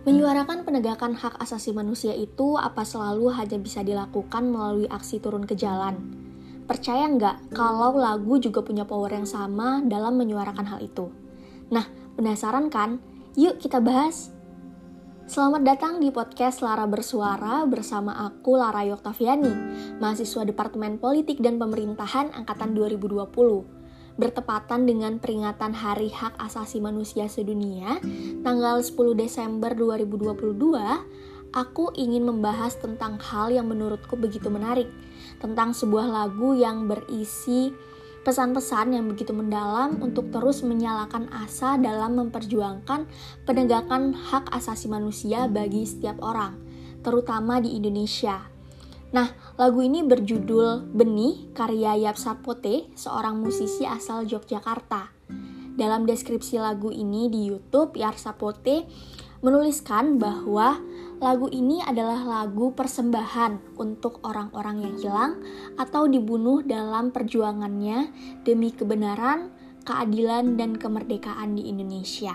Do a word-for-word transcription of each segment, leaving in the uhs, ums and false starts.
Menyuarakan penegakan hak asasi manusia itu apa selalu hanya bisa dilakukan melalui aksi turun ke jalan? Percaya nggak kalau lagu juga punya power yang sama dalam menyuarakan hal itu? Nah, penasaran kan? Yuk kita bahas! Selamat datang di podcast Lara Bersuara bersama aku Lara Yoktaviani, mahasiswa Departemen Politik dan Pemerintahan Angkatan dua ribu dua puluh. Bertepatan dengan peringatan Hari Hak Asasi Manusia Sedunia, tanggal sepuluh Desember dua ribu dua puluh dua, aku ingin membahas tentang hal yang menurutku begitu menarik, tentang sebuah lagu yang berisi pesan-pesan yang begitu mendalam untuk terus menyalakan asa dalam memperjuangkan penegakan hak asasi manusia bagi setiap orang, terutama di Indonesia. Nah, lagu ini berjudul Benih, karya Yap Sarpote, seorang musisi asal Yogyakarta. Dalam deskripsi lagu ini di YouTube, Yap Sarpote menuliskan bahwa lagu ini adalah lagu persembahan untuk orang-orang yang hilang atau dibunuh dalam perjuangannya demi kebenaran, keadilan, dan kemerdekaan di Indonesia.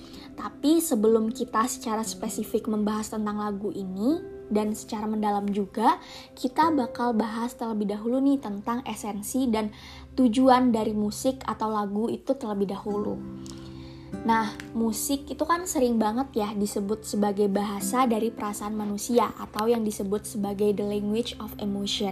Tapi sebelum kita secara spesifik membahas tentang lagu ini, dan secara mendalam juga, kita bakal bahas terlebih dahulu nih tentang esensi dan tujuan dari musik atau lagu itu terlebih dahulu. Nah, musik itu kan sering banget ya disebut sebagai bahasa dari perasaan manusia atau yang disebut sebagai the language of emotion.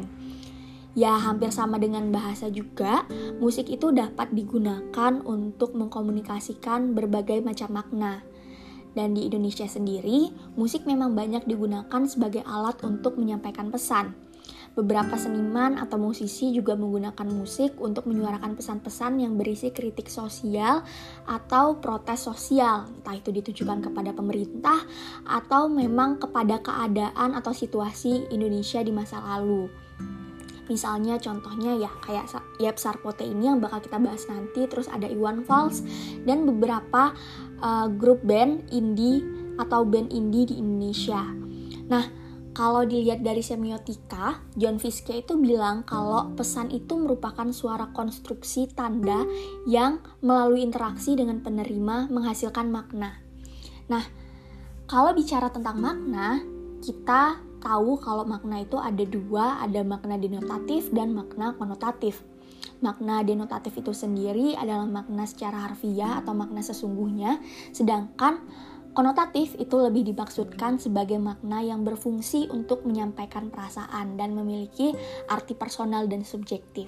Ya, hampir sama dengan bahasa juga, musik itu dapat digunakan untuk mengkomunikasikan berbagai macam makna. Dan di Indonesia sendiri, musik memang banyak digunakan sebagai alat untuk menyampaikan pesan. Beberapa seniman atau musisi juga menggunakan musik untuk menyuarakan pesan-pesan yang berisi kritik sosial atau protes sosial, entah itu ditujukan kepada pemerintah atau memang kepada keadaan atau situasi Indonesia di masa lalu. Misalnya contohnya ya kayak Yap Sarpote ini yang bakal kita bahas nanti, terus ada Iwan Fals dan beberapa uh, grup band indie atau band indie di Indonesia. Nah, kalau dilihat dari semiotika, John Fiske itu bilang kalau pesan itu merupakan suara konstruksi tanda yang melalui interaksi dengan penerima menghasilkan makna. Nah, kalau bicara tentang makna, kita tahu kalau makna itu ada dua, ada makna denotatif dan makna konotatif. Makna denotatif itu sendiri adalah makna secara harfiah atau makna sesungguhnya, sedangkan konotatif itu lebih dimaksudkan sebagai makna yang berfungsi untuk menyampaikan perasaan dan memiliki arti personal dan subjektif.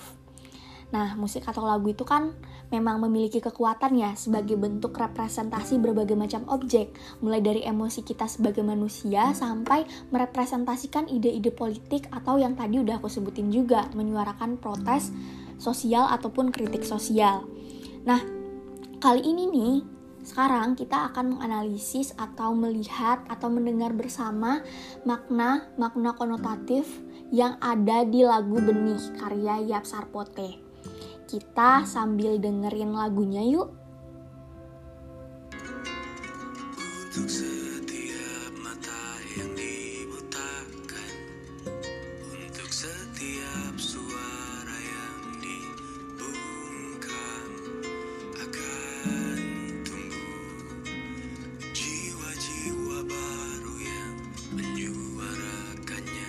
Nah, musik atau lagu itu kan memang memiliki kekuatan ya sebagai bentuk representasi berbagai macam objek, mulai dari emosi kita sebagai manusia sampai merepresentasikan ide-ide politik atau yang tadi udah aku sebutin juga, menyuarakan protes sosial ataupun kritik sosial. Nah, kali ini nih, sekarang kita akan menganalisis atau melihat atau mendengar bersama makna-makna konotatif yang ada di lagu Benih karya Yap Sarpote. Kita sambil dengerin lagunya yuk. Untuk setiap mata yang dibutakan, untuk setiap suara yang dibungkam, akan tumbuh jiwa-jiwa baru yang menyuarakannya.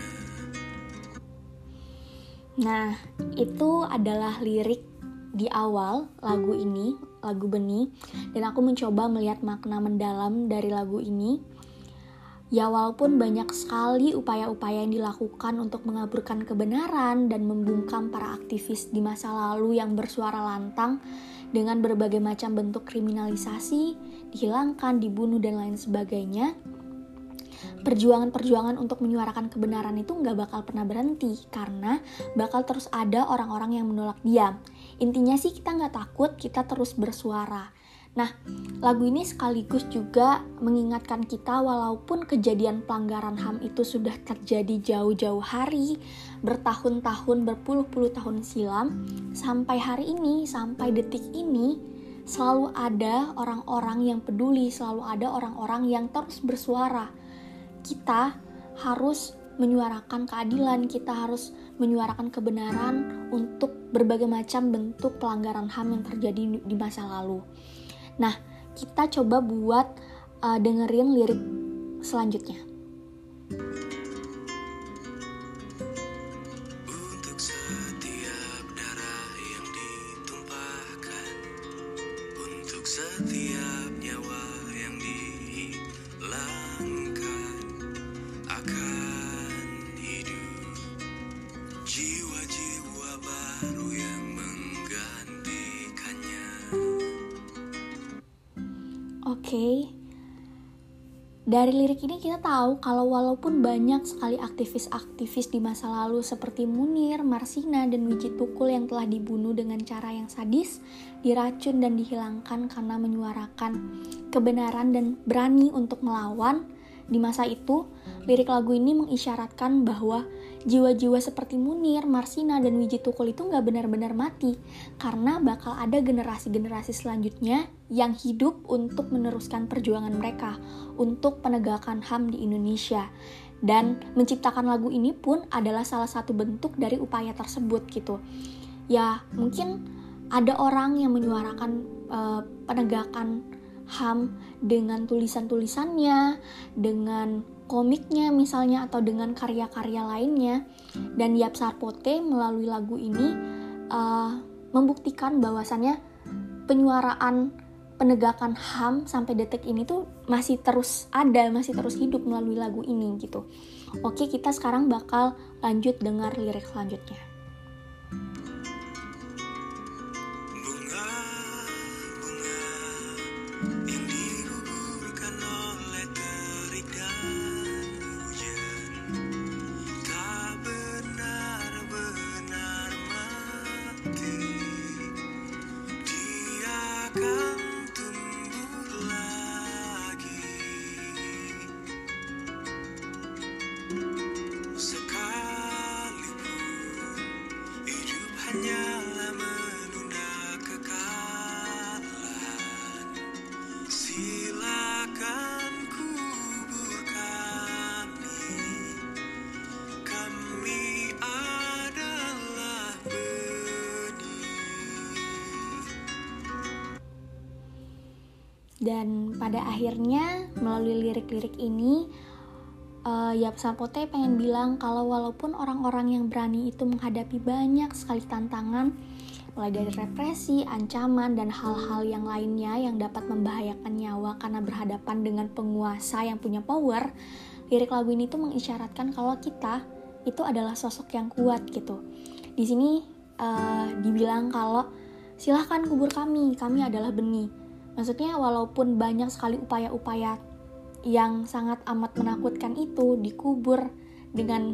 Nah, itu adalah lirik di awal lagu ini, lagu Benih, dan aku mencoba melihat makna mendalam dari lagu ini. Ya, walaupun banyak sekali upaya-upaya yang dilakukan untuk mengaburkan kebenaran dan membungkam para aktivis di masa lalu yang bersuara lantang dengan berbagai macam bentuk kriminalisasi, dihilangkan, dibunuh, dan lain sebagainya, perjuangan-perjuangan untuk menyuarakan kebenaran itu nggak bakal pernah berhenti karena bakal terus ada orang-orang yang menolak diam. Intinya sih kita nggak takut, kita terus bersuara. Nah, lagu ini sekaligus juga mengingatkan kita walaupun kejadian pelanggaran H A M itu sudah terjadi jauh-jauh hari, bertahun-tahun, berpuluh-puluh tahun silam, sampai hari ini, sampai detik ini, selalu ada orang-orang yang peduli, selalu ada orang-orang yang terus bersuara. Kita harus menyuarakan keadilan, kita harus menyuarakan kebenaran untuk berbagai macam bentuk pelanggaran H A M yang terjadi di masa lalu. Nah, kita coba buat uh, dengerin lirik selanjutnya. Untuk setiap darah yang ditumpahkan, untuk setiap nyawa yang dihilangkan, akan hidup jiwa-jiwa baru yang menggantikannya. Oke, okay. Dari lirik ini kita tahu kalau walaupun banyak sekali aktivis-aktivis di masa lalu seperti Munir, Marsina, dan Wiji Tukul yang telah dibunuh dengan cara yang sadis, diracun dan dihilangkan karena menyuarakan kebenaran dan berani untuk melawan, di masa itu, lirik lagu ini mengisyaratkan bahwa jiwa-jiwa seperti Munir, Marsina, dan Wiji Tukul itu gak benar-benar mati, karena bakal ada generasi-generasi selanjutnya yang hidup untuk meneruskan perjuangan mereka untuk penegakan H A M di Indonesia. Dan menciptakan lagu ini pun adalah salah satu bentuk dari upaya tersebut gitu. Ya, mungkin ada orang yang menyuarakan uh, penegakan H A M dengan tulisan-tulisannya, dengan komiknya misalnya, atau dengan karya-karya lainnya. Dan Yap Sarpote melalui lagu ini uh, membuktikan bahwasannya penyuaraan penegakan H A M sampai detik ini tuh masih terus ada, masih terus hidup melalui lagu ini gitu. Oke, kita sekarang bakal lanjut dengar lirik selanjutnya. Hanyalah menunda kekalahan. Silakan kubur kami. Kami adalah benih. Dan pada akhirnya melalui lirik-lirik ini Uh, Yap Sarpote pengen bilang kalau walaupun orang-orang yang berani itu menghadapi banyak sekali tantangan, mulai dari represi, ancaman, dan hal-hal yang lainnya yang dapat membahayakan nyawa karena berhadapan dengan penguasa yang punya power, lirik lagu ini tuh mengisyaratkan kalau kita itu adalah sosok yang kuat gitu. Di sini uh, dibilang kalau silahkan kubur kami, kami adalah benih. Maksudnya walaupun banyak sekali upaya-upaya yang sangat amat menakutkan itu dikubur, dengan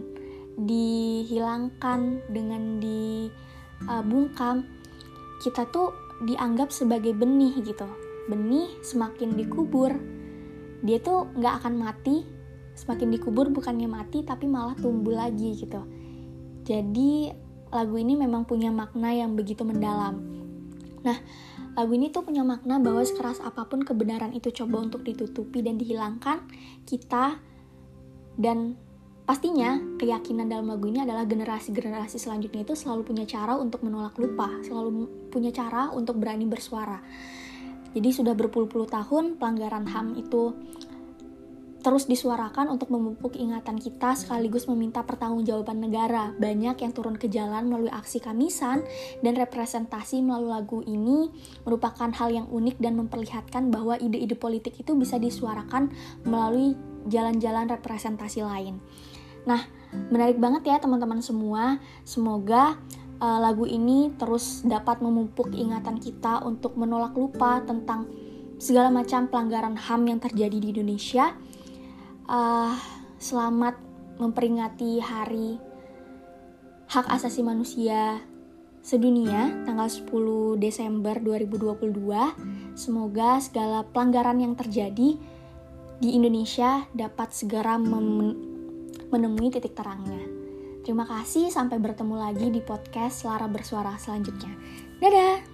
dihilangkan, dengan dibungkam, kita tuh dianggap sebagai benih gitu. Benih semakin dikubur, dia tuh gak akan mati. Semakin dikubur bukannya mati, tapi malah tumbuh lagi gitu. Jadi lagu ini memang punya makna yang begitu mendalam. Nah, lagu ini tuh punya makna bahwa sekeras apapun kebenaran itu coba untuk ditutupi dan dihilangkan, kita dan pastinya keyakinan dalam lagu ini adalah generasi-generasi selanjutnya itu selalu punya cara untuk menolak lupa, selalu punya cara untuk berani bersuara. Jadi sudah berpuluh-puluh tahun pelanggaran H A M itu terus disuarakan untuk memupuk ingatan kita sekaligus meminta pertanggungjawaban negara. Banyak yang turun ke jalan melalui aksi kamisan dan representasi melalui lagu ini merupakan hal yang unik dan memperlihatkan bahwa ide-ide politik itu bisa disuarakan melalui jalan-jalan representasi lain. Nah, menarik banget ya teman-teman semua. Semoga uh, lagu ini terus dapat memupuk ingatan kita untuk menolak lupa tentang segala macam pelanggaran H A M yang terjadi di Indonesia. Uh, selamat memperingati Hari Hak Asasi Manusia Sedunia tanggal sepuluh Desember dua ribu dua puluh dua. Semoga segala pelanggaran yang terjadi di Indonesia dapat segera mem- menemui titik terangnya. Terima kasih, sampai bertemu lagi di podcast Lara Bersuara selanjutnya. Dadah!